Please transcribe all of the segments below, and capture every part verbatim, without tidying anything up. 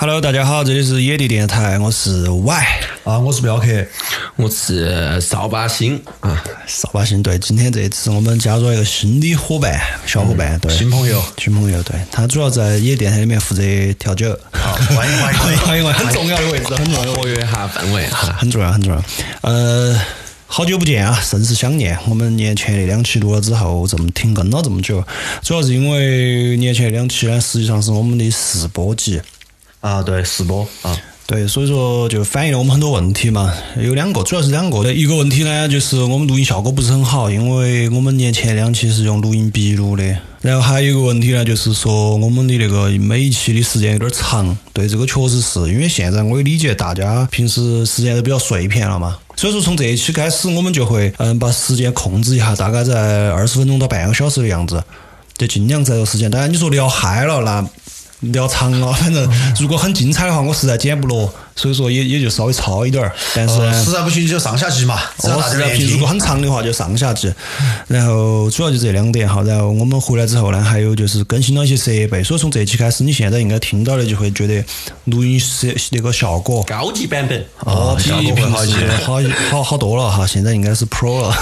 Hello， 大家好，这里是野地电台，我是 Y 啊，我是镖客， 我是扫把星啊， 扫把星。对，今天这一次我们加入一个新的伙伴，小伙伴，对， 新朋友， 新朋友，对，他主要在野电台里面负责调酒。 好，欢迎欢迎欢迎欢迎，很重要的位置，很重要的活跃一下氛围哈， 很重要很重要。呃，好久不见啊，甚是想念。我们年前那两期录了之后，这么停更了这么久，主要是因为年前那两期呢，实际上是我们的试播集。 啊，对，试播啊， 对，所以说就反映了我们很多问题嘛，有两个，主要是两个。一个问题呢，就是我们录音效果不是很好，因为我们年前两期是用录音笔录的。然后还有一个问题呢，就是说我们的那个每一期的时间有点长。对，这个确实是因为现在我也理解大家平时时间都比较碎片了嘛，所以说从这一期开始，我们就会嗯把时间控制一下，大概在二十分钟到半个小时的样子，就尽量在这个时间。当然你说聊嗨了那。聊长了，反正如果很精彩的话，我实在剪不落，所以说也也就稍微糙一点儿。但是、 呃、实在不行就上下集嘛。 哦，实在不行，如果很长的话就上下集。然后主要就这两点哈。然后我们回来之后呢，还有就是更新了一些设备，所以从这期开始，你现在应该听到的就会觉得录音设那个效果高级版本哦，比平时好好好多了哈。现在应该是 Pro 了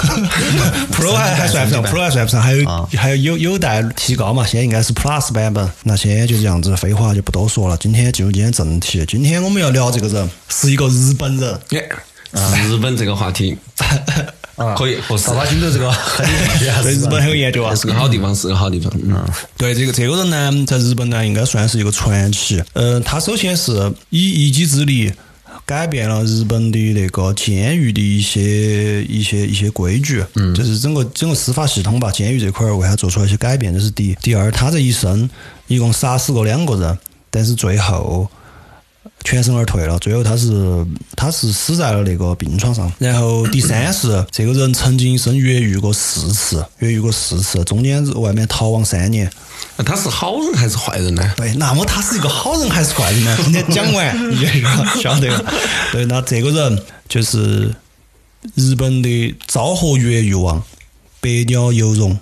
，Pro 还还算不上 ，Pro 还算不上，还有、啊、还有有有待提高嘛。现在应该是 Plus 版本。那现在就这样子。废话就不多说了，今天进入今天正题。今天我们要聊这个人是一个日本人， 日本这个话题可以和扫把星对这个很有兴趣， 对日本很有研究啊， 是个好地方，是个好地方。嗯， 对这个这个人呢，在日本呢，应该算是一个传奇。呃，他首先是以一己之力改变了日本的那个监狱的一些一些一些规矩，嗯，就是整个整个司法系统吧，监狱这块为他做出了一些改变，这是第一。第二，他这一生一共杀死过两个人，但是最后全身而退了。最后他是他是死在了那个病床上。然后第三是这个人曾经一生越狱过四次，越狱过四次，中间外面逃亡三年。 他是好人还是坏人呢？ 对，那么他是一个好人还是坏人呢？今天讲完你就晓得了。对，那这个人就是日本的昭和越狱王百鸟由荣。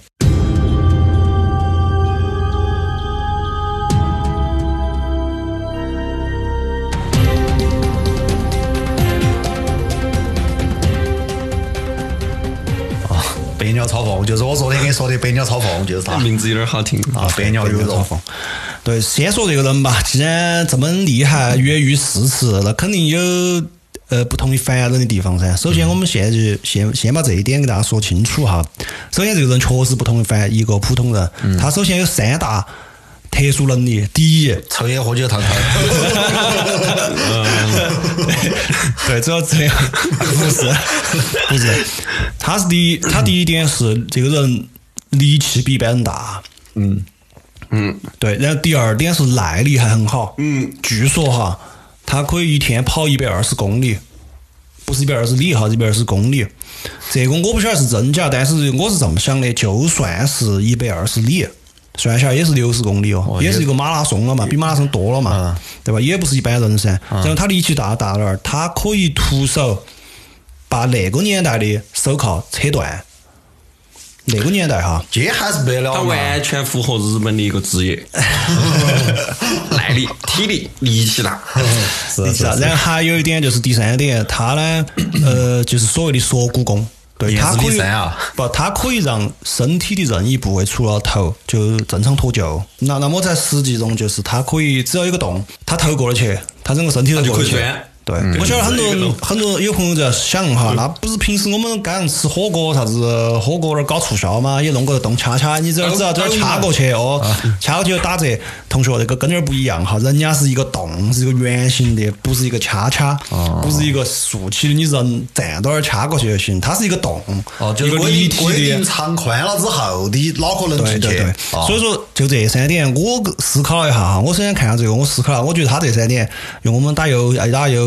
百鸟朝凤，就是我昨天跟你说的百鸟朝凤，就是他。 名字有点好听啊，百鸟由荣。 对，先说这个人吧，既然这么厉害，越狱四次，那肯定有呃不同于凡人的地方噻。首先，我们现在就先先把这一点给大家说清楚哈。首先，这个人确实不同于凡一个普通人，嗯、他首先有三大特殊能力。第一， 抽烟喝酒烫头。 对，主要这样，不是不是，他是第一，他第一点是这个人力气比一般人大， 嗯嗯， 对，然后第二点是耐力还很好， 嗯， 据说哈，他可以一天跑一百二十公里，不是一百二十里哈，一百二十公里，这个我不晓得是真假，但是我是这么想的，就算是一百二十里。算下来也是六十公里哦，也是一个马拉松了嘛，比马拉松多了嘛，嗯、对吧？也不是一般人噻。嗯、然后他力气大大点儿，他可以徒手把那个年代的手铐扯断。那个年代哈， 这还是不得了。 他完全符合日本的一个职业，耐力、体力、力气大， 力气大。然后还有一点就是第三点，他呢，呃，就是所谓的锁骨功。对，它可以啊， 不，它可以让身体的任意部位除了头就正常脱臼。那那么在实际中就是它可以只要有个洞，它头过得去，它整个身体都过得去。对，嗯、我晓得很多人很多有朋友在想哈，那不是平时我们刚吃火锅啥子火锅那儿搞促销嘛，也弄个洞掐掐，你只要只要这儿掐过去哦，掐过去打折。同学，这个跟这儿不一样哈，人家是一个洞，是一个圆形的，不是一个掐掐，不是一个竖起的，你人站到那儿掐过去就行，它是一个洞， 哦，就是规定规定长宽了之后的脑壳能进去。 对对对，哦、所以说就这三点，我思考了一下哈，我首先看下这个，我思考了，我觉得他这三点用我们打游爱打游。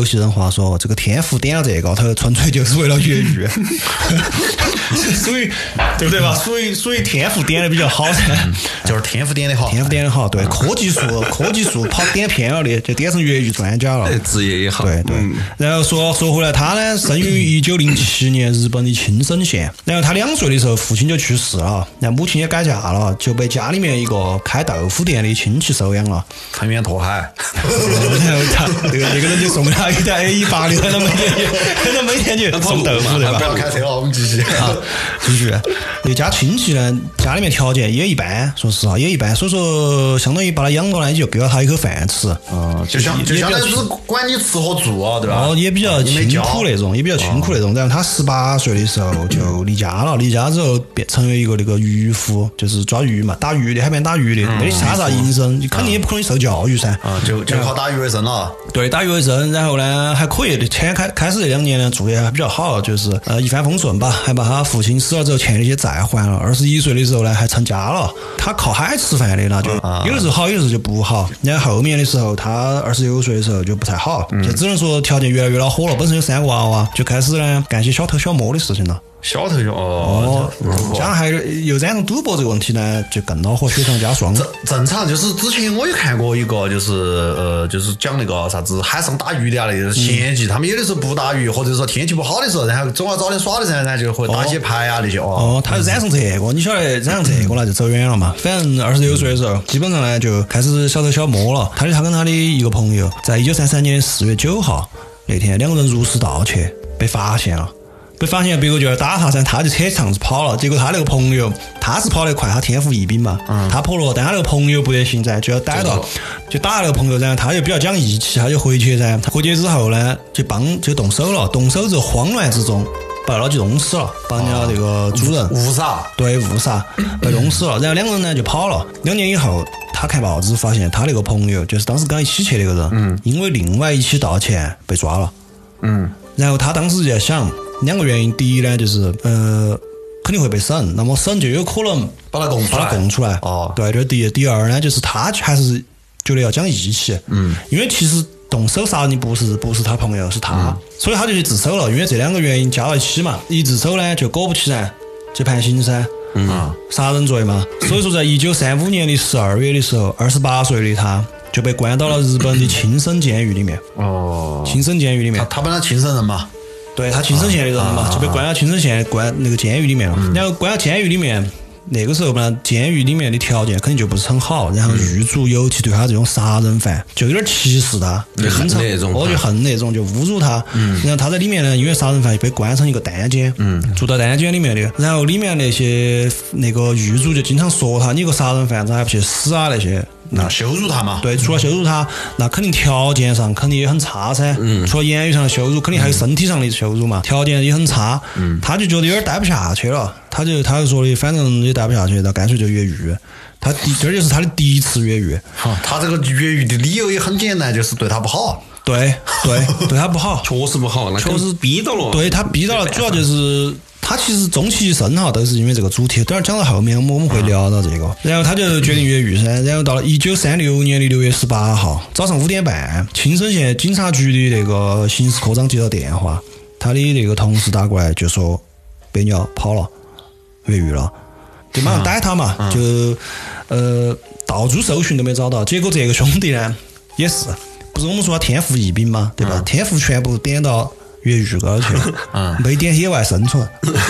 西人话说，这个天父点了这个，他纯粹就是为了越狱，属于对不对吧？属于属于天父点的比较好噻， 就是天赋点的好， 天赋点的好，对，科技树科技树跑点偏了的，就点成越狱专家了， 职业也好， 对对。然后说说回来，他呢生于一九零七年日本的青森县，然后他两岁的时候父亲就去世了，然后母亲也改嫁了，就被家里面一个开豆腐店的亲戚收养了。 藤原拓海， 然后他那个那个人就送给他一台 A 一八的，他每天就他每天就送豆腐对吧？ 不要开车了，我们继续。 啊，继续。那家亲戚呢，家里面条件也一般，说实话也一般，所以说相当于把他养到呢，就给了他一口饭吃。 嗯，就相就相当于是管你吃和住啊，对吧？ 哦，也比较清苦那种，也比较清苦那种。然后他十八岁的时候就离家了，离家之后变成为一个那个渔夫，就是抓鱼嘛，打鱼的，海边打鱼的，没得啥啥营生，你肯定也不可能受教育噻。 啊，就就靠打鱼为生了。 对，打鱼为生，然后呢还可以，前开开始这两年呢做的还比较好，就是呃一帆风顺吧，还把他父亲死了之后欠的一些债还了。二十一岁的时候呢还成家了，他靠海吃饭的，那就有的时候好，有的时候就不好。然后后面的时候，他二十六岁的时候就不太好，就只能说条件越来越恼火了。本身有三个娃娃，就开始呢干些小偷小摸的事情了。 小头就哦， 加上还又染上赌博这个问题呢，就更恼火，雪上加霜。 正正常就是之前我也看过一个，就是呃，就是讲那个啥子海上打鱼的啊，那个前期他们有的时候不打鱼，或者说天气不好的时候，然后总要找点耍的噻，然后就会打些牌啊那些哦。 哦，他染上这个，你晓得染上这个了就走远了嘛。反正二十六岁的时候，基本上呢就开始小偷小摸了。他的他跟他的一个朋友，在一九三三年四月九号那天，两个人入室盗窃，被发现了。被发现别个就要打他噻，他就扯肠子跑了。结果他那个朋友，他是跑得快，他天赋异禀嘛，嗯、他跑了，但他那个朋友不得行噻，就要逮到，就打那个朋友，然后他就比较讲义气，他就回去噻。回去之后呢，就帮就动手了，动手之后慌乱之中把老几弄死了，把人家那个主人误杀， 对误杀被弄死了。然后两个人呢就跑了。两年以后，他看报纸发现他那个朋友，就是当时跟他一起去那个人，嗯，因为另外一起盗窃被抓了，嗯，然后他当时就在想。两个原因，第一呢，就是呃肯定会被审，那么审就有可能把他供出来， 把他供出来。 哦， 对，这是第一。第二呢，就是他还是觉得要讲义气，嗯，因为其实动手杀人不是不是他朋友，是他，嗯、所以他就去自首了。因为这两个原因加到一起嘛，一自首呢就果不其然就判刑噻，嗯，杀人罪嘛。所以说，在一九三五年的十二月的时候，二十八岁的他就被关到了日本的青森监狱里面。哦，青森监狱里面， 他他本来青森人嘛。 对他青森县的人嘛，就被关到青森县关那个监狱里面了。嗯、然后关到监狱里面，那个时候呢，监狱里面的条件肯定就不是很好。然后狱卒尤其对他这种杀人犯，就有点歧视他， 就恨那种， 我就恨那种，就侮辱他。嗯、然后他在里面呢，因为杀人犯被关成一个单间，嗯，住到单间里面的。然后里面那些那个狱卒就经常说他，你个杀人犯，咋还不去死啊那些。 那羞辱他嘛？ 对，除了羞辱他，那肯定条件上肯定也很差噻。嗯，除了言语上的羞辱，肯定还有身体上的羞辱嘛。条件也很差，嗯，他就觉得有点待不下去了，他就他就说的，反正也待不下去，那干脆就越狱。他第这就是他的第一次越狱。 哈，他这个越狱的理由也很简单，就是对他不好。 对对，对他不好， 确实不好，那确实逼到了。 对他逼到了，主要就是他其实终其一生哈，都是因为这个主题。等会儿讲到后面，我们会聊到这个。然后他就决定越狱噻。然后到了一九三六年的六月十八号早上五点半，青森县警察局的那个刑事科长接到电话，他的那个同事打过来就说北鸟跑了，越狱了，就马上逮他嘛，嗯、就呃到处搜寻都没找到。结果这个兄弟呢也是。不是我们说他天赋异禀嘛，对吧？嗯、天赋全部点到越狱高头去了，嗯、没点野外生存。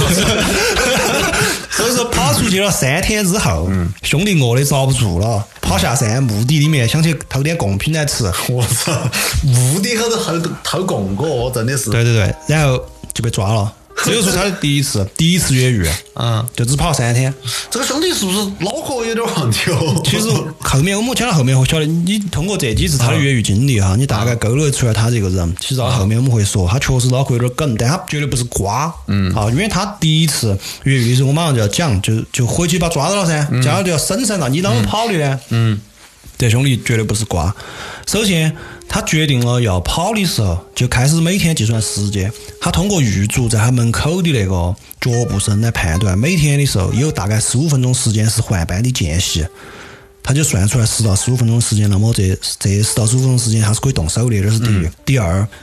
所以说跑出去了三天之后，嗯、兄弟饿的遭不住了，跑下山墓地里面想去偷点贡品来吃。 我操，墓地后头偷偷贡果，真的是。 对对对，然后就被抓了。这就是他的第一次，第一次越狱，嗯，就只跑三天。 这个兄弟是不是脑壳有点问题哦？ 其实后面我们讲到后面会晓得，你通过这几次他的越狱经历哈，你大概勾勒出来他这个人。其实到后面我们会说，他确实脑壳有点梗，但他绝对不是瓜，嗯，啊，因为他第一次越狱的时候，我马上就要讲，就就回去把抓到了噻，接着就要审审了，你啷么跑的呢？嗯。这兄弟绝对不是瓜。首先，他决定了要跑的时候，就开始每天计算时间。他通过狱卒在他门口的那个脚步声来判断，每天的时候有大概十五分钟时间是换班的间隙。他就算出来十到十五分钟时间，那么这这十到十五分钟时间他是可以动手的，这是第一。嗯、第二，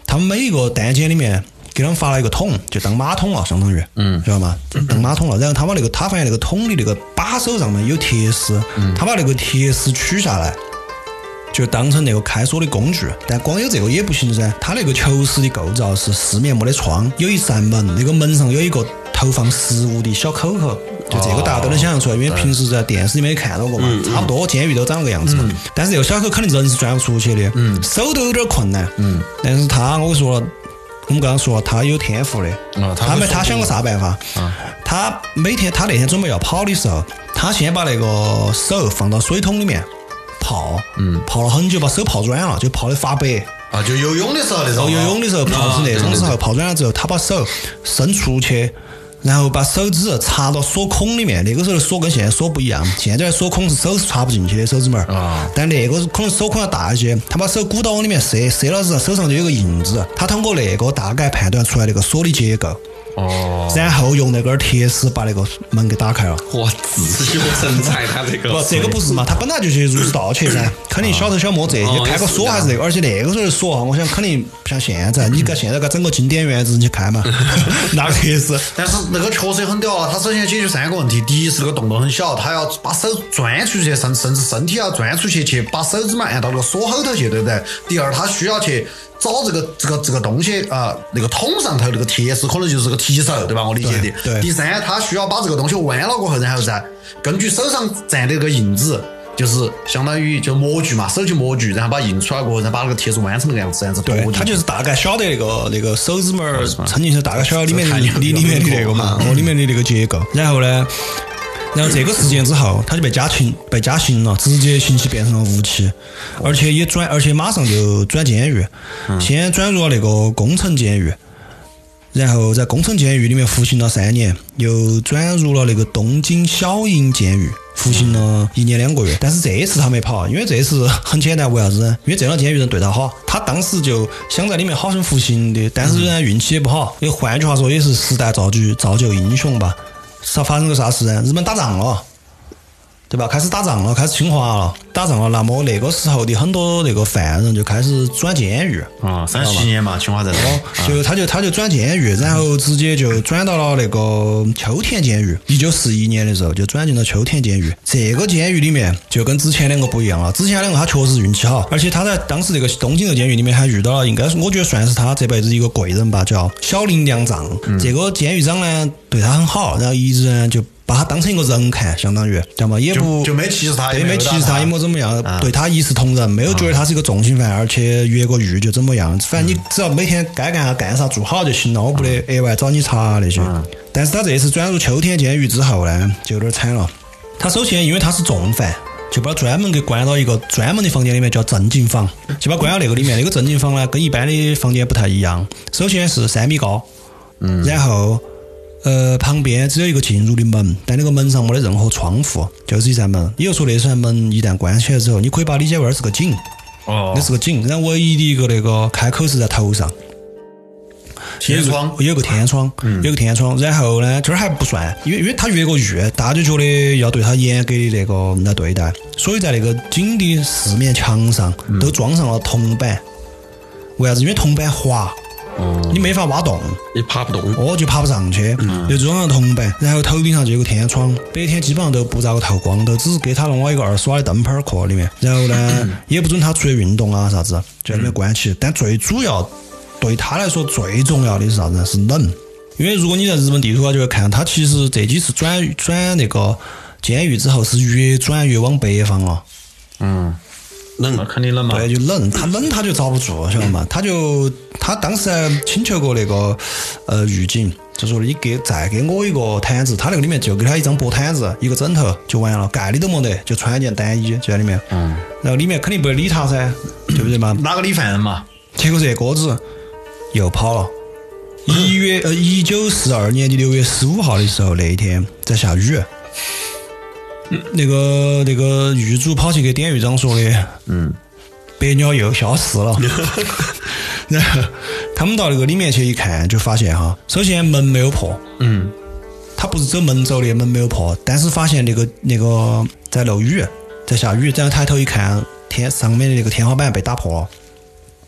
他们每一个单间里面给他们发了一个桶，就当马桶了，相当于，嗯，知道吗？当马桶了。然后他把那个他发现那个桶的那个把手上面有铁丝，嗯、他把那个铁丝取下来。就当成那个开锁的工具，但光有这个也不行噻。它那个球室的构造是四面没得窗，有一扇门，那个门上有一个投放食物的小口口，就这个大家都能想象出来，因为平时在电视里面也看到过嘛，差不多监狱都长那个样子嘛。嗯、但是这个小口肯定人是钻不出去的，嗯，手都有点困难，嗯。但是他我说了，我们刚刚说了，他有天赋的，哦、他他没他想个啥办法？啊、他每天他那天准备要跑的时候，他先把那个手放到水桶里面。泡，嗯，泡了很久，把手泡软了，就泡的发白啊！就游泳的时候那种， 游泳的时候泡是那种时候，泡软了之后，他把手伸出去，然后把手指插到锁孔里面。那个时候的锁跟现在锁不一样，现在的锁孔是手是插不进去的手指门啊，但那个可能锁孔要大一些。他把手鼓到往里面塞，塞了之后手上就有个印子，他通过那个大概判断出来那个锁的结构。哦，然后用那根铁丝把那个门给打开了。 哇，自由神才他这个不，这个不是嘛？他本来就是入室盗窃噻，肯定小偷小摸这些，开个锁还是那个，而且那个时候的锁，我想肯定不像现在，你搁现在搁整个经典院子你去开嘛，那个也是。 但是那个确实很屌啊！他首先解决三个问题：第一是那个洞洞很小，他要把手钻出去，甚甚至身体要钻出去，去把手指嘛按到那个锁后头去，对不对？第二，他需要去。找这个这个这个东西啊、呃，那个桶上头那个铁丝可能就是个提手，对吧？我理解的。第三，他需要把这个东西弯了过后，然后再根据手上站的那个印子，就是相当于就模具嘛，手机模具，然后把印出来过后，然后把那个铁丝弯成那个样子，这样子对，他就是大概晓得那个那个手指门撑进去，大概晓得里面里里面的那个嘛，哦，里面的那个结构。然后呢？然后这个事件之后，他就被加刑，被加刑了，直接刑期变成了无期，而且也转，而且马上就转监狱，嗯、先转入了那个工程监狱，然后在工程监狱里面服刑了三年，又转入了那个东京小营监狱，服刑了一年两个月。但是这一次他没跑，因为这次很简单，为啥子？因为这样监狱人对他好，他当时就想在里面好生服刑的，但是人运气也不好，也换句话说，也是时代造就造就英雄吧。是发生个啥事呢？日本打仗了，对吧？开始打仗了，开始侵华了，打仗了。那么那个时候的很多那个犯人就开始转监狱啊，三十七年嘛，侵华战争， 就他就他就转监狱，然后直接就转到了那个秋田监狱。一九四一年的时候就转进了秋田监狱。这个监狱里面就跟之前两个不一样了，之前两个他确实运气好，而且他在当时这个东京的监狱里面还遇到了，应该是我觉得算是他这辈子一个贵人吧，叫小林良藏。嗯、这个监狱长呢对他很好，然后一直呢就。把他当成一个人看，相当于，知道吗？也不就, 就没歧视他， 对，没歧视他，也没怎么样，啊、对他一视同仁，没有觉得他是一个重刑犯，而且越过狱就怎么样。反正你只要每天该干啥干啥，做好就行了，我不得额外找你查那些。嗯、但是他这次转入秋田监狱之后呢，就有点惨了。他首先因为他是重犯，就把他专门给关到一个专门的房间里面，叫正经房，就把关到那个里面。那个正经房呢，跟一般的房间不太一样。首先是三米高，嗯，然后。呃，旁边只有一个进入的门，但那个门上没得任何窗户，就是一扇门。也就是说，那扇门一旦关起来之后，你可以把它理解为是个井，哦，那是个井。然后唯一的一个那个开口是在头上， 天窗， 有个天窗，嗯、有个天窗。然后呢，这儿还不算，因为因为他越过狱，大家就觉得要对他严格的那个来对待，所以在那个井的四面墙上都装上了铜板。为啥子？因为铜板滑。嗯、你没法挖洞， 你爬不动， 哦，就爬不上去，嗯、就装上铜板，然后头顶上就有个天窗，白天基本上都不咋个透光，都只是给他弄了一个二十瓦的灯泡壳里面，然后呢，嗯、也不准他出去运动啊啥子，就在里面关起。嗯、但最主要对他来说最重要的是啥子呢？是冷，因为如果你在日本地图上就会看，他其实这几次转转那个监狱之后是越转越往北方了， 嗯。冷，肯定冷嘛。 对，就冷，他冷他就遭不住，晓得嘛？他就他当时还请求过那个呃狱警，就说你给再给我一个毯子，他那个里面就给他一张薄毯子，一个枕头就完了，盖里都没得，就穿一件单衣就在里面。嗯。然后里面肯定不会理他噻，对不对嘛？ 哪个理犯人嘛？ 结果这个子又跑了。一月呃一九四二年的六月十五号的时候，那一天在下雨。那个那个狱主跑去给典狱长说的，嗯，白鸟又消失了。然后他们到那个里面去一看，就发现哈，首先门没有破，嗯，他不是走门走的，门没有破，但是发现那个那个在漏雨，在下雨，然后抬头一看，天上面的那个天花板被打破了。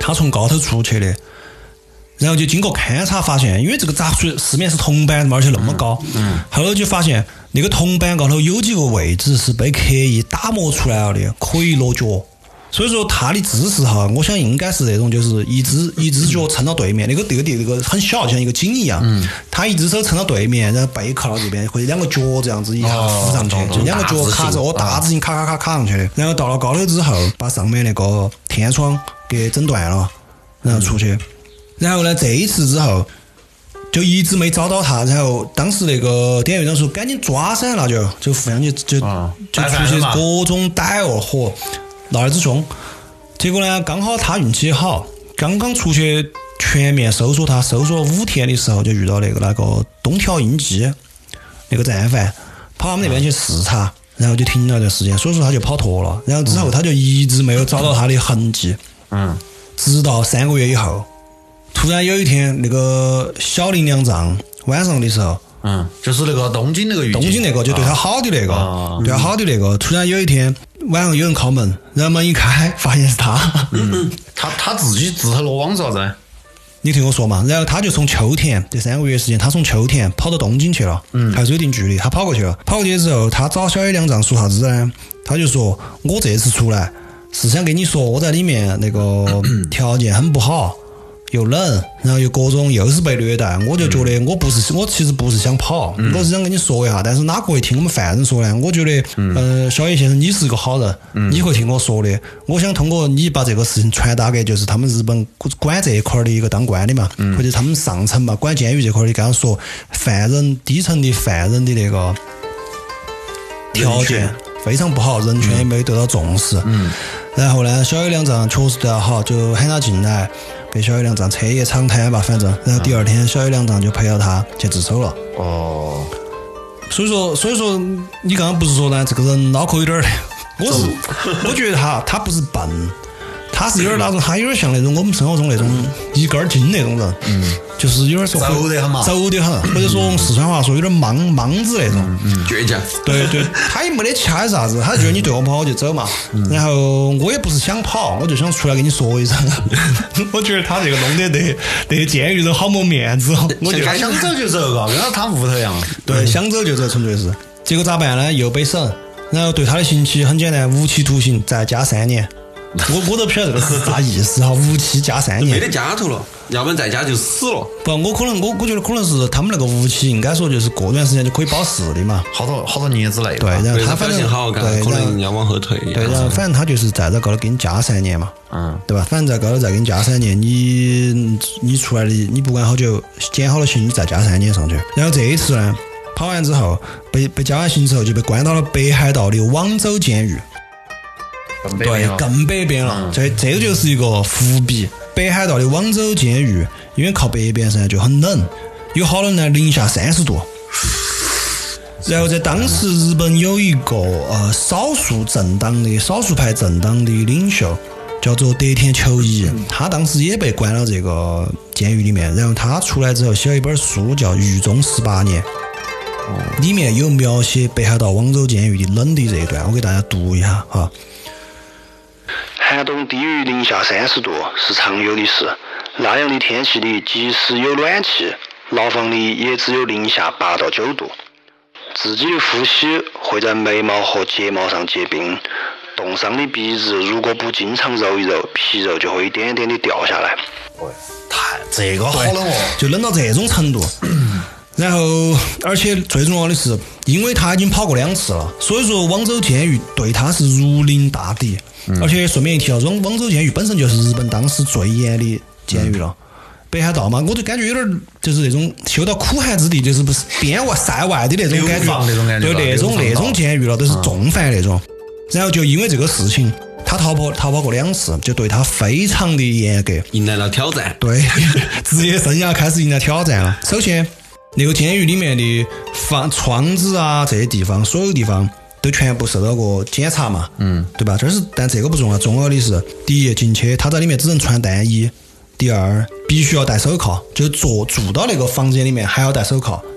他从高头出去的。然后就经过勘察发现，因为这个杂碎四面是铜板的嘛，而且那么高，嗯，后来就发现那个铜板高头有几个位置是被刻意打磨出来了的，可以落脚。所以说他的姿势哈，我想应该是那种就是一只一只脚撑到对面，那个那个那个很小，像一个井一样，嗯，他一只手撑到对面，然后背靠到这边，或者两个脚这样子一下扶上去，哦、就两个脚卡着，哦，大字形卡卡卡卡上去的。然后到了高头之后，把上面那个天窗给整断了，然后出去。嗯然后呢，这一次之后就一直没找到他，然后当时那个典狱长说赶紧抓噻，那就就互相就就、嗯、就出去各种逮哦，嚯，闹儿子凶。结果呢，刚好他运气好，刚刚出去全面搜索他，搜索五天的时候就遇到那个那个东条英机那个战犯跑他们那边去视察，然后就停了段时间，所以说他就跑脱了。然后之后他就一直没有找到他的痕迹，嗯，直到三个月以后。突然有一天，那个小林良藏晚上的时候， 嗯，就是那个东京那个狱警， 东京那个就对他好的那个，啊、对他好的那个，突然有一天晚上有人敲门，然后门一开，发现是他， 嗯，他他自己自投罗网啥子？ 你听我说嘛，然后他就从秋田这三个月时间，他从秋田跑到东京去了，嗯，还是有一定距离，他跑过去了，跑过去之后，他找小野良藏说啥子呢？他就说我这次出来是想跟你说，我在里面那个条件很不好。又冷，然后又各种又是被虐待，我就觉得我不是我其实不是想跑，嗯、我是想跟你说一下，但是哪个会听我们犯人说呢？我觉得，嗯、呃，小野先生你是个好人，嗯、你会听我说的。我想通过你把这个事情传达给就是他们日本管这一块的一个当官的嘛，嗯、或者他们上层嘛，管监狱这块的，跟他说犯人低层的犯人的那个条件非常不好，人权也没得到重视。嗯，然后呢，小野良藏确实对他好，就喊他进来。给小野良藏彻夜长谈吧，反正，然后第二天小野良藏就陪了他去自首了。哦，所以说，所以说你刚刚不是说呢，这个人脑壳有点儿，我是我觉得他他不是笨，他是有点那种，他有点像那种我们生活中那种一根筋那种人，嗯，就是有点说走得很嘛， 走得很，或者说用四川话说有点莽莽子那种， 嗯，倔强。 对对，他也没得其他啥子，他觉得你对我不好我就走嘛。然后我也不是想跑，我就想出来跟你说一声。我觉得他这个弄得那那监狱人好没面子哦。我觉得想走就走，嘎，跟他屋头一样。 对，想走就走，纯粹是。结果咋办呢？又被审，然后对他的刑期很简单，无期徒刑再加三年。我我都不晓得这个是啥意思哈，无期加三年， 没得加头了，要不然在家就死了。 不，我可能我我觉得可能是他们那个无期，应该说就是过段时间就可以保释的嘛， 好多好多年之内。 对，然后他反正好，对， 可能要往后退。 对，然后反正他就是再在高头给你加三年嘛，嗯，对吧？反正在高头再给你加三年，你你出来的你不管好久，减好了刑，你再加三年上去。然后这一次呢，跑完之后被被加完刑之后就被关到了北海道的网走监狱。对，更北边了，嗯、这这个就是一个伏笔。北海道的网走监狱，因为靠北边噻就很冷，有好冷呢，零下三十度。然后在当时，日本有一个呃少数政党的少数派政党的领袖，叫做德田球一，他当时也被关到这个监狱里面。然后他出来之后写了一本书，叫《狱中十八年》，里面有描写北海道网走监狱的冷的这一段，我给大家读一下哈。寒冬低于零下三十度是常有的事，那样的天气里，即使有暖气，牢房里也只有零下八到九度。自己的呼吸会在眉毛和睫毛上结冰，冻伤的鼻子如果不经常揉一揉，皮肉就会一点点的掉下来。 太这个好冷哦， 就冷到这种程度。然后，而且最重要的是，因为他已经跑过两次了，所以说网走监狱对他是如临大敌。嗯、而且顺便一提啊，网网走监狱本身就是日本当时最严的监狱了。嗯、北海道嘛，我就感觉有点就是那种修到苦寒之地，就是不是边外塞外的那种感觉， 那种感觉对那种那种监狱了，都是重犯那种。嗯、然后就因为这个事情，他逃跑逃跑过两次，就对他非常的严格， 迎来了挑战。 对，职业生涯开始迎来挑战了。首先，那个监狱里面的房窗子啊，这些地方，所有地方都全部受到过检查嘛，嗯，对吧？这是，但这个不重要，重要的是，第一，进去他在里面只能穿单衣；第二，必须要戴手铐，就坐住到那个房间里面还要戴手铐，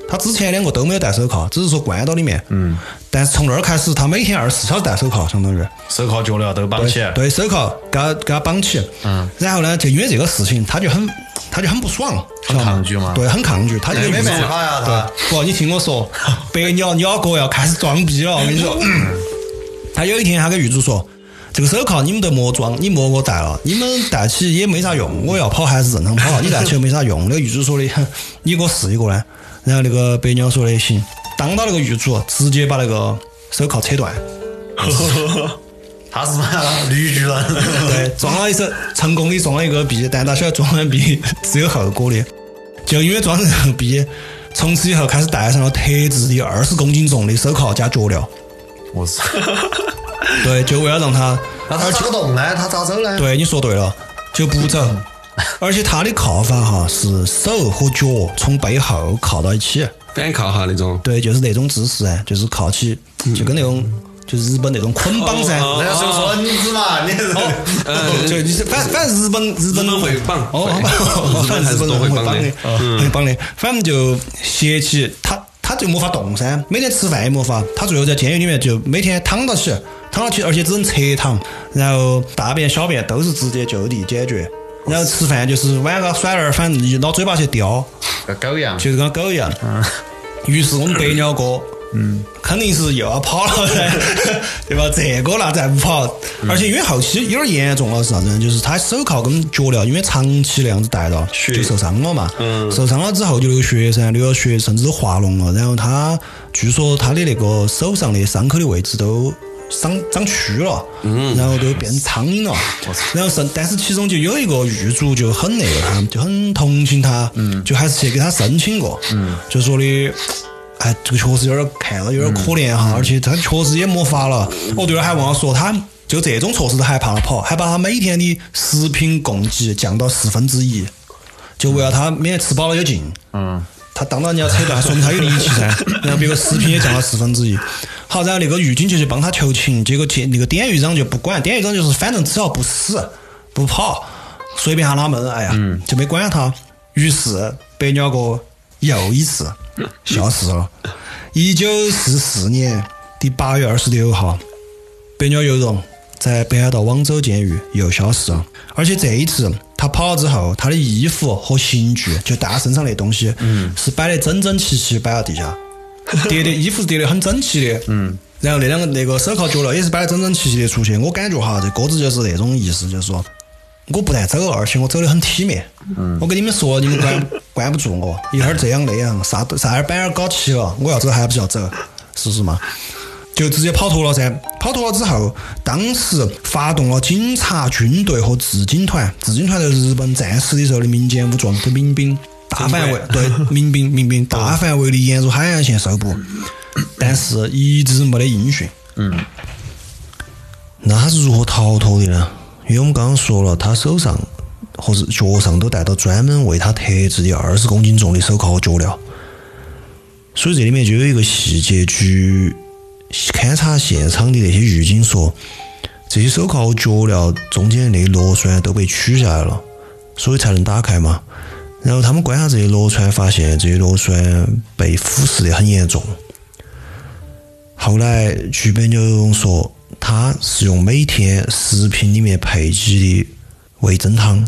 他之前两个都没有戴手铐，只是说关到里面。嗯。但是从那儿开始，他每天二十四小时戴手铐，相当于手铐脚镣都绑起。 对，手铐给他给他绑起。嗯。然后呢，就因为这个事情，他就很他就很不爽， 很抗拒嘛。 对，很抗拒。他就没办法呀，他。 不，你听我说，白鸟鸟哥要开始装逼了，我跟你说。他有一天，他跟狱卒说：“这个手铐你们都莫装，你莫给我戴了，你们戴起也没啥用，我要跑还是正常跑，你戴起又没啥用。”那个狱卒说的：“你给我试一个呢。”然后那个白鸟说的：“行。”当到那个狱卒，直接把那个手铐扯断。 他是嘛绿巨人？ 对，装了一手，成功的装了一个逼，但他晓得装完逼是有后果的。就因为装这个逼，从此以后开始戴上了特制的二十公斤重的手铐加脚镣。 我操！ 对，就为了让他， 那他咋个动呢？他咋走呢？ 对，你说对了，就不走。而且他的铐法哈是手和脚从背后铐到一起。 反铐哈那种， 对，就是那种姿势哎，就是铐起，就跟那种就是日本那种捆绑噻， 那是绳子嘛，你哦，就你是反反正日本日本人会绑， 哦，反正日本人会绑的，会绑的，反正就携起他他就没法动噻，每天吃饭也没法，他最后在监狱里面就每天躺到起，躺到起，而且只能侧躺，然后大便小便都是直接就地解决。然后吃饭就是碗个甩儿，反正一拿嘴巴去叼， 跟狗一样， 就是跟狗一样。嗯。于是我们白鸟哥，嗯，肯定是又要跑了噻，对吧？这个那再不跑，而且因为后期有点严重了，是啥子？就是他手铐跟脚镣，因为长期那样子戴到，就受伤了嘛。嗯。受伤了之后就流血噻，流了血甚至都化脓了。然后他据说他的那个手上的伤口的位置都。长长蛆了，嗯，然后都变成苍蝇了，然后甚，但是其中就有一个狱卒就很那个他，就很同情他，嗯，就还是去给他申请过，嗯，就说的，哎，这个确实有点看了有点可怜哈，嗯、而且他确实也没法了。哦，对了，还忘了说，他就这种措施都还怕他跑，还把他每天的食品供给降到四分之一，就为了他免得吃饱了有劲，嗯。他当然你要扯断，说明他有力气噻。然后别个食品也降了四分之一。好，然后那个狱警就去帮他求情，结果那个典狱长就不管，典狱长就是反正只要不死不跑，随便喊他们，哎呀，嗯、就没管他。于是白鸟哥又一次消失了。一九四四年的八月二十六号，白鸟游荣在北海道网州监狱又消失了，而且这一次。他跑了之后，他的衣服和刑具，就带他身上的东西，嗯，是摆得整整齐齐摆到地下，叠的衣服是叠得很整齐的，嗯，然后那两个那个手铐脚镣也是摆得整整齐齐的出去。我感觉哈，这鸽子就是那种意思，就是说我不但走了，而且我走得很体面。嗯，我跟你们说，你们关关不住我，一会儿这样那样，啥啥儿板儿搞齐了，我要走还不是要走，是不是嘛？就直接跑脱了噻！跑脱了之后，当时发动了警察、军队和自警团。自警团就是日本战时的时候的民间武装的民兵，大范围对民兵民兵大范围的沿入海岸线搜捕，但是一直没得音讯。嗯，那他是如何逃脱的呢？因为我们刚刚说了，他手上或是脚上都带到专门为他特制的二十公斤重的手铐和脚镣，所以这里面就有一个细节据。勘察现场的那些狱警说，这些手铐和脚镣中间那螺栓都被取下来了，所以才能打开嘛。然后他们观察这些螺栓，发现这些螺栓被腐蚀得很严重。后来据白鸟游荣说，他是用每天食品里面配给的味噌汤，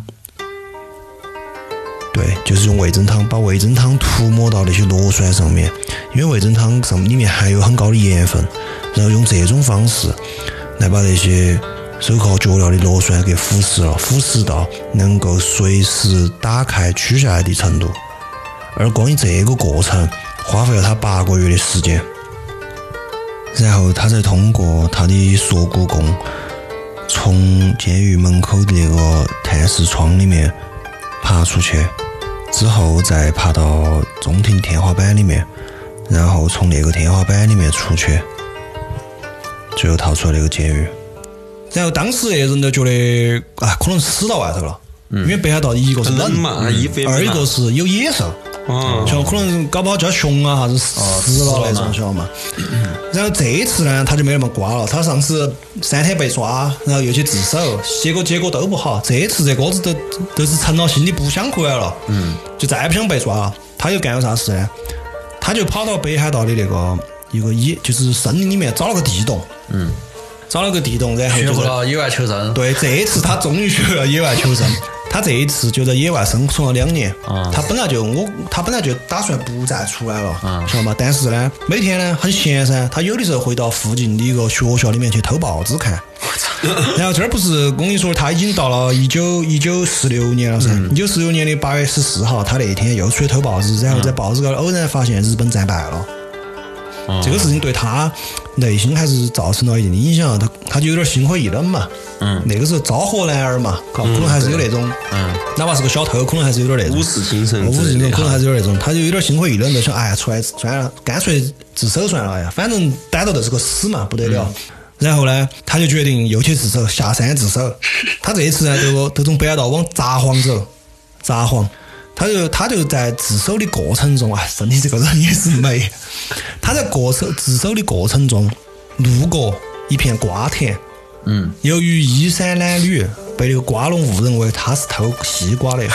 对，就是用味噌汤把味噌汤涂抹到那些螺栓上面，因为味噌汤上里面含有很高的盐分，然后用这种方式来把那些手铐脚镣的螺栓给腐蚀了，腐蚀到能够随时打开取下来的程度。而光以这个过程花费了他八个月的时间，然后他才通过他的锁骨功从监狱门口的那个探视窗里面爬出去，之后再爬到中庭天花板里面，然后从那个天花板里面出去，最后逃出了那个监狱。然后当时那人就觉得啊，可能死到外头了，嗯、因为北海道一个是冷嘛，嗯、 二一个是有野兽，哦，像可能搞不好叫熊啊啥子死了那种，晓得嘛？然后这一次呢，他就没那么瓜了。他上次三天被抓，然后又去自首，结果结果都不好。这一次这鸽子都都是成了心里不想回来了，嗯，就再也不想被抓了。他又干了啥事呢？ 他就跑到北海道的那个一个野，就是森林里面找了个地洞， 嗯， 找了个地洞，然后学就是会了野外求生。 对，这一次他终于学了野外求生。他这一次就在野外生存了两年。 啊他本来就我，他本来就打算不再出来了， 啊晓得吗？但是呢，每天呢很闲噻，他有的时候会到附近的一个学校里面去偷报纸看。然后这儿不是我跟你说，他已经到了一九一九四六年了噻。一九四六年的八月十四号，他那天又出去偷报纸，然后在报纸高头偶然发现日本战败了。这个事情对他内心还是造成了一定的影响，他他就有点心灰意冷嘛。 嗯， 那个时候昭和男儿嘛，可能还是有那种， 嗯， 哪怕是个小偷，可能还是有点那种武士精神武之类的， 士精神可能还是有那种，他就有点心灰意冷，就想，哎呀，出来算了，干脆自首算了呀，反正逮到就是个死嘛，不得了。然后呢，他就决定又去自首，下山自首。他这一次呢，就就从北海道往札幌走，札幌。他就他就在自首的过程中啊，身体这个人也是美。他在过程自首的过程中，路过一片瓜田， 嗯， 由于衣衫褴褛，被那个瓜农误认为他是偷西瓜的。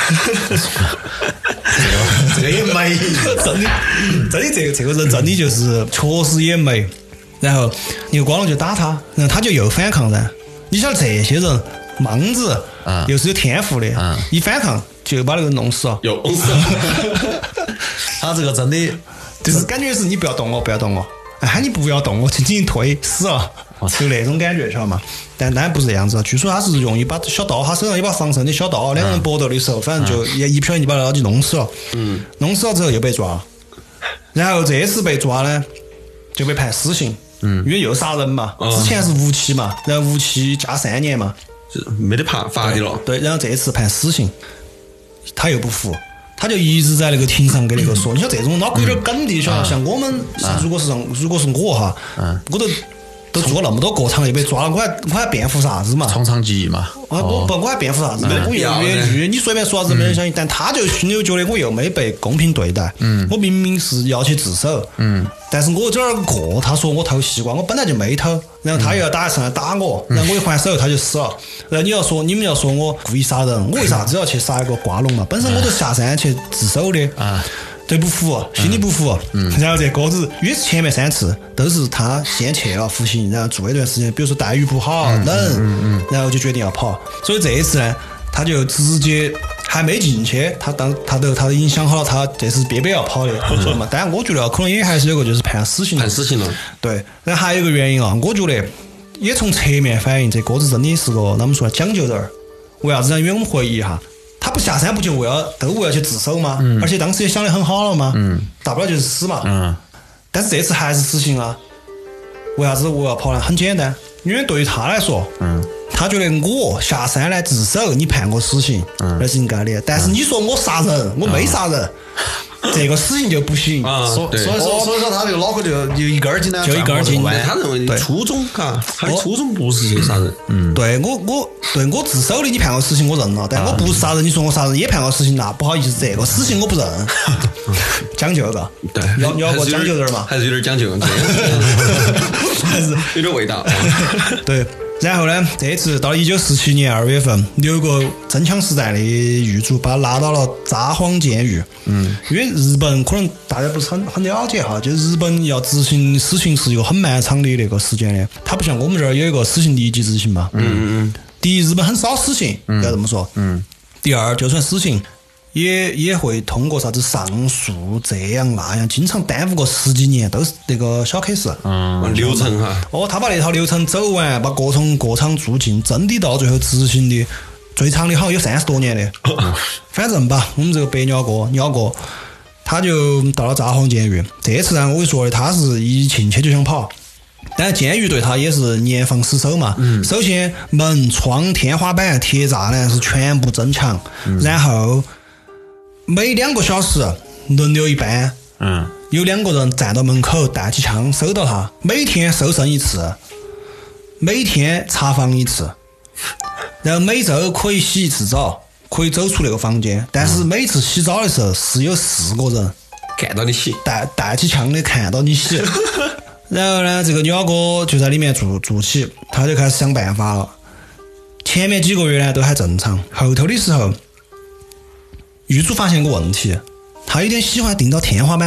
这个也美， 真的，真的，这个这个人真的就是确实也美。然后那个瓜农就打他，然后他就又反抗噻。你晓得这些人，莽子， 嗯又是有天赋的， 嗯一反抗就把那个弄死了。 有公司， 他这个真的就是感觉是你不要动我，不要动我，哎喊你不要动我，轻轻一推死了，就那种感觉，晓得吗？但当然不是这样子，据说他是用一把小刀，他手上有把防身的小刀，两个人搏斗的时候，反正就一一不小心就把那老几弄死了。嗯，弄死了之后又被抓了，然后这次被抓呢就被判死刑。嗯，因为又杀人嘛，之前是无期嘛，然后无期加三年嘛， 就是没得怕罚的了。 对，然后这次判死刑，他又不服。他就一直在那个庭上跟那个说，你像这种脑壳有点梗的，晓得？像我们如果是让，如果是我哈，我都都做那么多过场又被抓了，我还我还辩护啥子嘛？ 从长计议嘛。 啊，我不，我还辩护啥子？我又越狱，你随便说啥子没人相信。但他就心里又觉得我又没被公平对待，嗯，我明明是要去自首，嗯，但是我这儿过，他说我偷西瓜，我本来就没偷，然后他又要打上来打我，然后我一还手他就死了。然后你要说你们要说我故意杀人，我为啥子要去杀一个瓜农嘛？本身我都下山去自首的啊。对不服，心里不服，嗯，然后这个子，因为是前面三次都是他先去了服刑，然后住一段时间，比如说待遇不好，冷，嗯嗯，然后就决定要跑，所以这一次呢，他就直接还没进去，他当他都他都已经想好了，他这是憋憋要跑的，晓得嘛？当然，我觉得可能也还是有个就是判死刑， 判死刑了。 对，然后还有一个原因啊，我觉得也从侧面反映这哥子真的是个怎么说讲究人儿，为啥子呢？因为我们回忆一下。他不下山不就为了都为了去自首吗？嗯、而且当时也想得很好了嘛，嗯、大不了就是死嘛。嗯、但是这次还是死刑啊！为啥子我要跑呢？很简单，因为对于他来说，嗯、他觉得我下山来自首，你判我死刑，嗯、那是应该的。但是你说我杀人，我没杀人。这个死刑就不行， 啊、 所所以说，所以说他这个脑壳就就一根儿筋呢， 就一根儿筋。 他认为初衷，嘎，他的初衷不是去杀人。 嗯，对我我对我自首的，你判我死刑我认了，但我不是杀人，你说我杀人也判我死刑，那不好意思，这个死刑我不认。讲究个， 对， 要你要给我讲究点嘛， 还是有点讲究， 还是有点味道。 对。然后呢，这次到一九四七年二月份，有个真枪实弹的狱卒把他拉到了札幌监狱。嗯，因为日本可能大家不是很很了解哈，就日本要执行死刑是一个很漫长的那个时间的，它不像我们这儿有一个死刑立即执行嘛。嗯嗯嗯。第一，日本很少死刑，不要这么说。嗯。第二，就算死刑。也也会通过啥子上诉这样那样，经常耽误个十几年，都是那个小 case。 嗯，流程哈。 哦，他把那套流程走完，把各种过场住进，真的到最后执行的最长的好像有三十多年的。反正吧，我们这个白鸟哥鸟哥，他就到了札幌监狱。这次呢，我跟你说的，他是一进去就想跑。但监狱对他也是严防死守嘛。嗯、首先，门窗、天花板、铁栅栏是全部增强，嗯、然后。每两个小时轮流一班，嗯，有两个人站到门口带起枪守到他，每天搜身一次，每天查房一次，然后每周可以洗一次澡，可以走出那个房间，但是每次洗澡的时候是有四个人看到你洗， 带带起枪的看到你洗，然后呢，这个鸟哥就在里面住住起，他就开始想办法了。前面几个月呢都还正常，后头的时候。狱卒发现个问题，他有点喜欢盯到天花板看，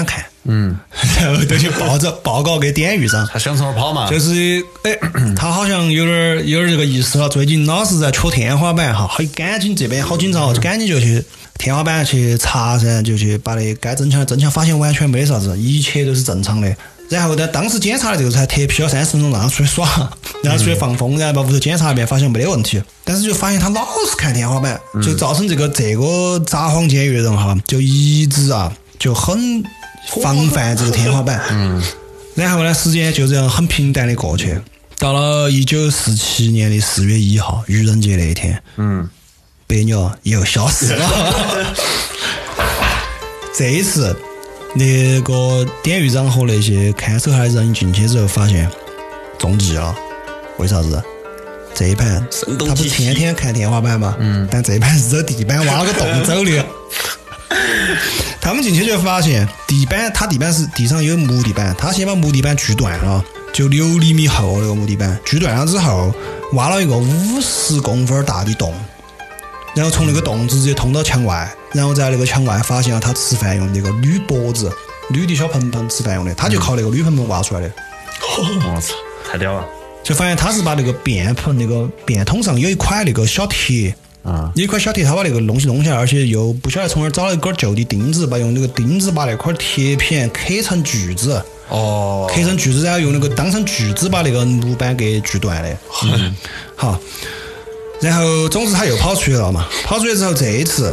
嗯， 然后就去报着报告给典狱长。 他想从哪儿跑嘛？ 就是哎，他好像有点儿有点儿这个意思了。最近老是在戳天花板哈，好赶紧这边好紧张哦，就赶紧就去天花板去查噻，就去把那该增强的增强，发现完全没得啥子，一切都是正常的。然后呢，当时检查的这个才特批了三十分钟，让他出去耍，让他出去放风，然后把屋头检查一遍，发现没得问题。但是就发现他老是看天花板，就造成这个这个札幌监狱的人哈，就一直啊就很防范这个天花板。嗯。然后呢，时间就这样很平淡的过去，到了一九四七年的四月一号，愚人节那一天，嗯，白鸟又消失了。这一次。那个典狱长和那些看守他的人进去之后，发现中计了。为啥子？这一盘他不是天天看天花板嘛？嗯。但这一盘是走地板挖了个洞走的。他们进去就发现地板，他地板是地上有木地板，他先把木地板锯断了，就六厘米厚那个木地板锯断了之后，挖了一个五十公分大的洞。然后从那个洞直接通到墙外，然后在那个墙外发现了他吃饭用的那个铝箔子、铝的小盆盆吃饭用的，他就靠那个铝盆盆挖出来的。 我操，太屌了！ 就发现他是把那个便盆、那个便桶上有一块那个小铁，啊，有一块小铁，他把那个东西弄下来，而且又不晓得从哪儿找了一根旧的钉子，把用那个钉子把那块铁片刻成锯子。哦，刻成锯子，然后用那个当成锯子把那个木板给锯断的。嗯，好。然后，总之他又跑出去了嘛，跑出去之后，这一次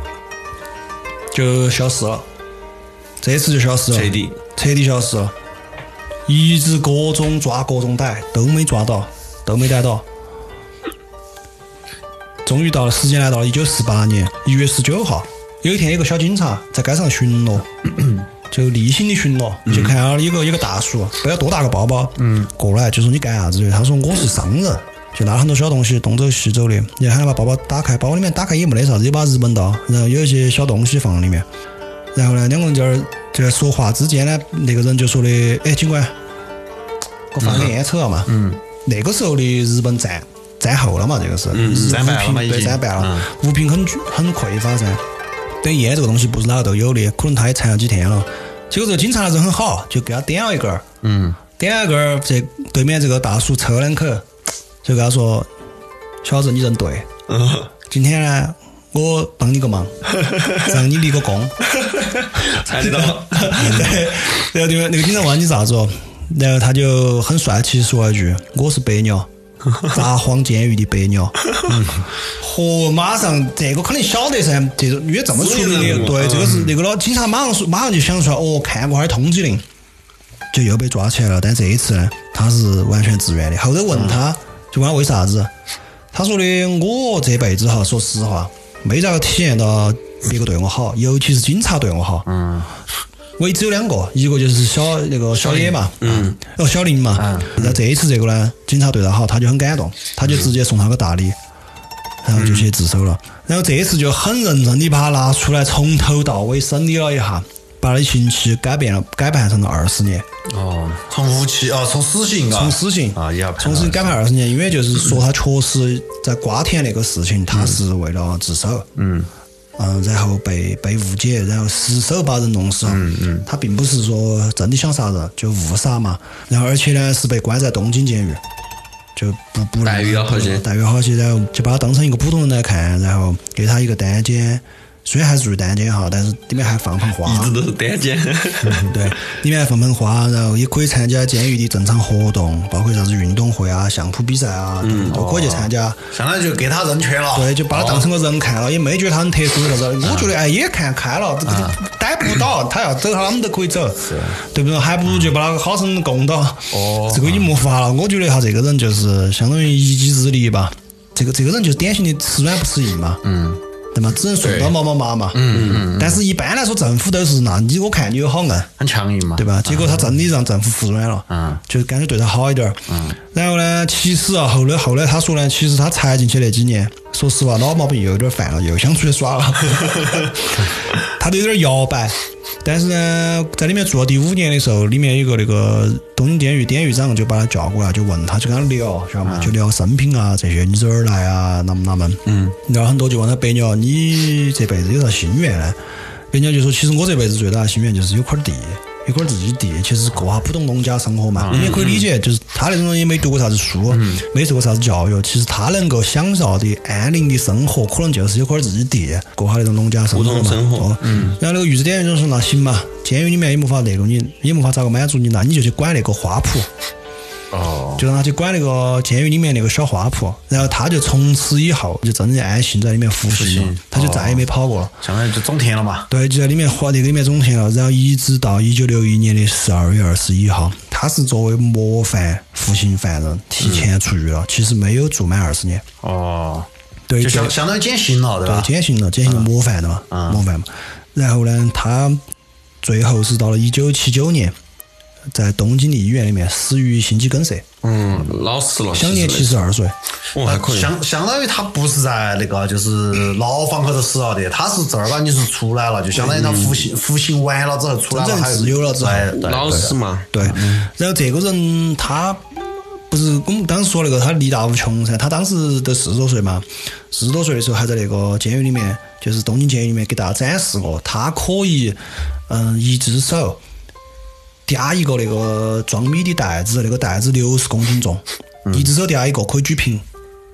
就消失了，这一次就消失了， 彻底彻底消失了，一直各种抓各种逮，都没抓到，都没逮到。终于到了时间来到了一九四八年一月十九号，有一天有个小警察在街上巡逻，就例行的巡逻，就看到一个一个大叔背了多大个包包，嗯，过来就说你干啥子的？他说我是商人。就拿很多小东西东走西走的，然后喊他把包包打开，包里面打开也没得啥子，有把日本刀，然后有一些小东西放里面。然后呢，两个人在就在说话之间呢，那个人就说的：“哎，警官，给我放根烟抽了嘛。”嗯。那个时候的日本战战后了嘛，这个是， 嗯，战败了嘛， 已经战败了，物品很很匮乏噻。等烟这个东西不是哪个都有的，可能他也馋了几天了。结果这个警察人很好，就给他点了一根儿，嗯，点了一根儿，这对面这个大叔抽两口。就跟他说：“小子，你认对，嗯、今天呢，我帮你个忙，让你立个功。” 猜得到。 对，然后那个那个警察问你啥子哦，然后他就很帅气说了一句：“我是白鸟，札幌监狱的白鸟。”嗯，和马上这个肯定晓得噻，这种因为这么出名的，对，这个是那个老警察马上说，马上就想出来，哦，看过他的通缉令，就又被抓起来了。但这一次呢，他是完全自愿的。后头问他。嗯就问他为啥子？他说的：“我这辈子哈，说实话，没咋个体验到别个对我好，尤其是警察对我好。嗯，我只有两个，一个就是小那个小野嘛，嗯，哦小林嘛。嗯，然后这一次这个呢，警察对他好，他就很感动，他就直接送他个大礼，然后就去自首了。然后这一次就很认真的把他拿出来，从头到尾审理了一下。”把他的刑期改变了，改判成了二十年。 哦，从无期啊，从死刑啊， 从死刑啊，也要从死刑改判二十年，因为就是说他确实在瓜田那个事情，他是为了自首，嗯嗯，然后被被误解，然后失手把人弄死了。嗯嗯，他并不是说真的想杀人，就误杀嘛。然后而且呢是被关在东京监狱，就不不待遇要好些， 待遇好些，然后就把他当成一个普通人来看，然后给他一个单间。虽然还是住单间哈，但是里面还放盆花， 一直都是单间。 嗯，对，里面还放盆花，然后也可以参加监狱的正常活动，包括啥子运动会啊、相扑比赛啊，嗯、都可以去参加。 相当于就给他人权了。 对，就把他当成个人看了，也没觉得他很特殊啥子。我觉得哎，也看开了，这个逮不到，他要走他们都可以走，对不对？还不如就把他好生供到。哦，这个已经没法了。我觉得他这个人就是相当于一己之力吧。这个这个人就是典型的吃软不吃硬嘛。嗯。对嘛，只能顺到毛毛麻嘛。嗯嗯嗯。但是一般来说，政府都是那你我看你有好硬， 很强硬嘛， 对吧？结果他真的让政府服软了，嗯，就干脆对他好一点。嗯。然后呢，其实啊，后来后来他说呢，其实他才进去那几年，说实话，老毛病又有点犯了，又想出去耍了。他都有点摇摆。但是呢，在里面住了第五年的时候，里面有个那个东京监狱典狱长就把他叫过来，就问他，就跟他聊，晓得吗？就聊生平啊这些，你这儿来啊，那么那么，嗯，聊很多，就问他白鸟，你这辈子有啥心愿呢？白鸟就说，其实我这辈子最大的心愿就是有块地， 一块自己地，其实过下普通农家生活嘛。你也可以理解，就是他那种人也没读过啥子书，没受过啥子教育，其实他能够享受的安宁的生活，可能就是一块自己地，过下那种农家生活嘛。 普通生活。 哦，嗯。然后那个御史典狱长说：“那行嘛，监狱里面也没法那个你也没法咋个满足你，那你就去管那个花圃。” 哦， 就让他去管那个监狱里面那个小花圃，然后他就从此以后就真正安心在里面服刑了，他就再也没跑过了， 相当于就种田了嘛。 对，就在里面花那个里面种田了，然后一直到一九六一年的十二月二十一号，他是作为模范服刑犯人提前出狱了，其实没有住满二十年。 哦， 对， 就相相当于减刑了，对吧？ 对，减刑了，减刑了模范的嘛， 嗯、 模范嘛。然后呢，他最后是到了一九七九年。在东京的医院里面死于心肌梗塞， 嗯，老实了， 享年七十二岁。 哦，还可以。 相相当于他不是在那个就是牢房口头死了的，他是正儿八经是出来了，就相当于他服刑、嗯、服刑完了之后出来了， 真正自由了之后， 老实嘛。 对，嗯、然后这个人他不是我们当时说那个他力大无穷噻，他当时都四十多岁嘛，四十多岁的时候还在那个监狱里面，就是东京监狱里面给大家展示过，他可以嗯一只手。嗲一个那个装米的袋子，那个袋子六十公斤重，嗯、一只手嗲一个可以举平，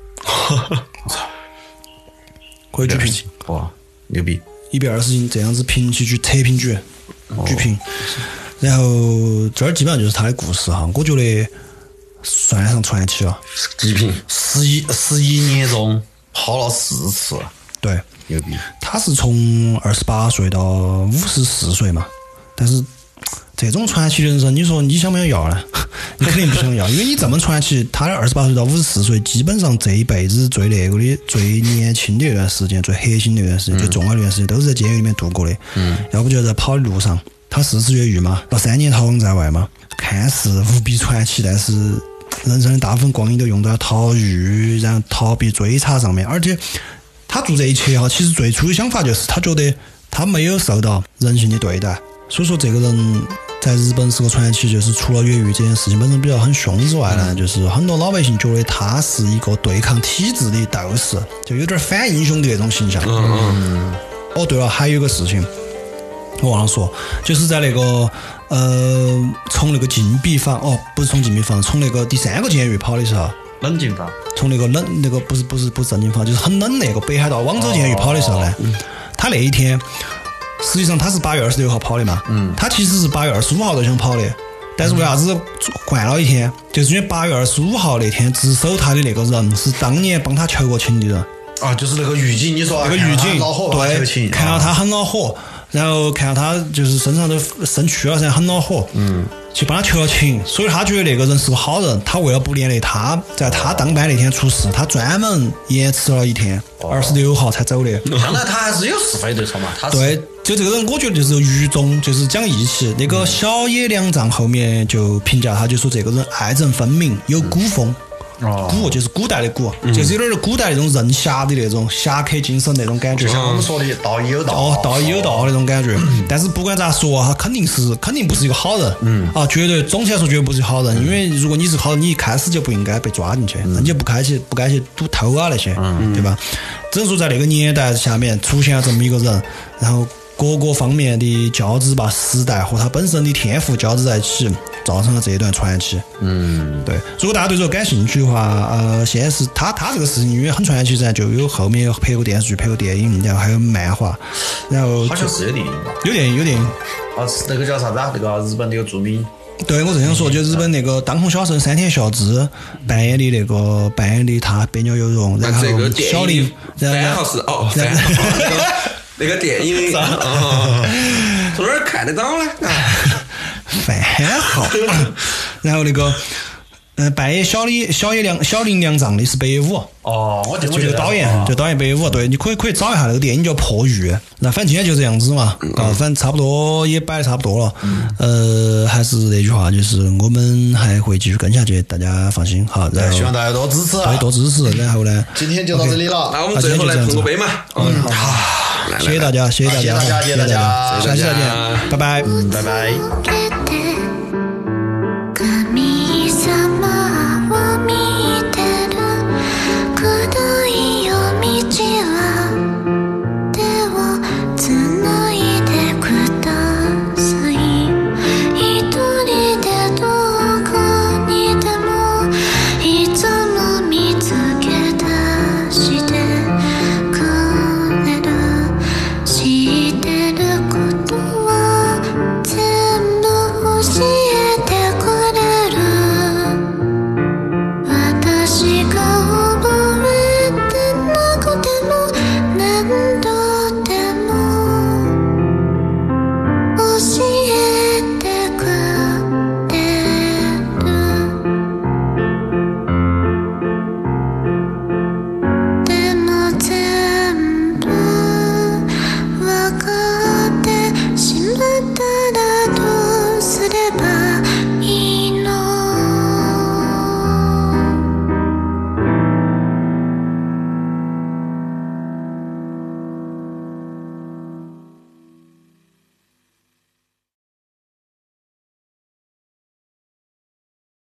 可以举平， 哇，牛逼！ 一百二十斤这样子平起举，侧平举，举平。哦、然后这儿基本上就是他的故事哈，我觉得算上传奇了。 极品， 十一十一年中跑了四次， 对， 牛逼！ 他是从二十八岁到五十四岁嘛，但是。这种传奇人生，你说你想不想要呢？你肯定不想要，因为你这么传奇，他的二十八岁到五十四岁，基本上这一辈子最那个的、最年轻的那段时间、最核心的那段时间、嗯、最重要的那段时间，都是在监狱里面度过的。嗯，要不就在跑的路上，他四次越狱嘛，到三年逃亡在外嘛，看似无比传奇，但是人生的大部分光阴都用到逃狱，然后逃避追查上面，而且他做这一切哈，其实最初的想法就是他觉得他没有受到人性的对待。所以说这个人在日本是个传奇，就是除了越狱这件事情本身比较很凶之外呢，就是很多老百姓觉得他是一个对抗体制的斗士，就有点反英雄的那种形象。嗯。哦，对了，还有一个事情我忘了说，就是在那个呃从那个禁闭房哦，不是从禁闭房，从那个第三个监狱跑的时候， 冷静房， 从那个冷那个不是不是不是正经房，就是很冷那个北海道王州监狱跑的时候呢，哦嗯、他那一天。实际上他是八月二十六号跑的嘛，嗯，他其实是八月二十五号就想跑的，但是为啥子换了一天？就是因为八月二十五号那天值守他的那个人是当年帮他求过情的人啊，就是那个狱警，你说那个狱警， 对， 看到他很恼火，然后看到他就是身上都生蛆了噻，很恼火，嗯，去帮他求了情，所以他觉得那个人是个好人，他为了不连累他，在他当班那天出事，他专门延迟了一天，二十六号才走的。 相当于他还是有是非对错嘛，他是对。就这个人，我觉得就是狱中，就是讲义气。那个小野良藏后面就评价他，就说这个人爱憎分明，有古风。哦，古就是古代的古，嗯、就是有点古代那种任侠的那种侠客精神那种感觉。 就像我们说的道义有道， 哦，道义有道那种感觉。嗯、但是不管咋说，他肯定是肯定不是一个好人。嗯。啊，绝对总体来说绝对不是好人，因为如果你是好人，你一开始就不应该被抓进去，嗯、你就不该去不该去赌偷啊那些，嗯、对吧？只能说在那个年代下面出现了这么一个人，然后。各个方面的交织把时代和他本身的天赋交织在一起，造成了这一段传奇。嗯，对。如果大家对这个感兴趣的话，呃，现在是他他这个事情因为很传奇噻，就有后面拍过电视剧、拍过电影，然后还有漫画，然后好像是有电影吧？ 有电影，有电影。 啊，那个叫啥子啊？那个日本那个著名。 对，我正想说，就日本那个当红小生山田孝之扮演的那个扮演的他北鸟有容，然后小林， 然后是哦，然后那个电影从哪儿看得到呢？ 番号，然后那个嗯、呃，扮演小李小野良小林良藏的是北野武哦，我就就导演就导演北野武，对，你可以可以找一下那个电影叫《破狱》，那反正今天就这样子嘛，啊、嗯，反正差不多也摆的差不多了，嗯、呃，还是那句话，就是我们还会继续跟下去，大家放心好，然后希望大家多支持， 对，多支持，然后呢， 今天就到这里了， 那我们最后来碰个杯嘛， 嗯，好，谢谢大家，谢谢大家， 谢谢大家，谢谢大家， 下期再见，拜拜， 嗯，拜拜。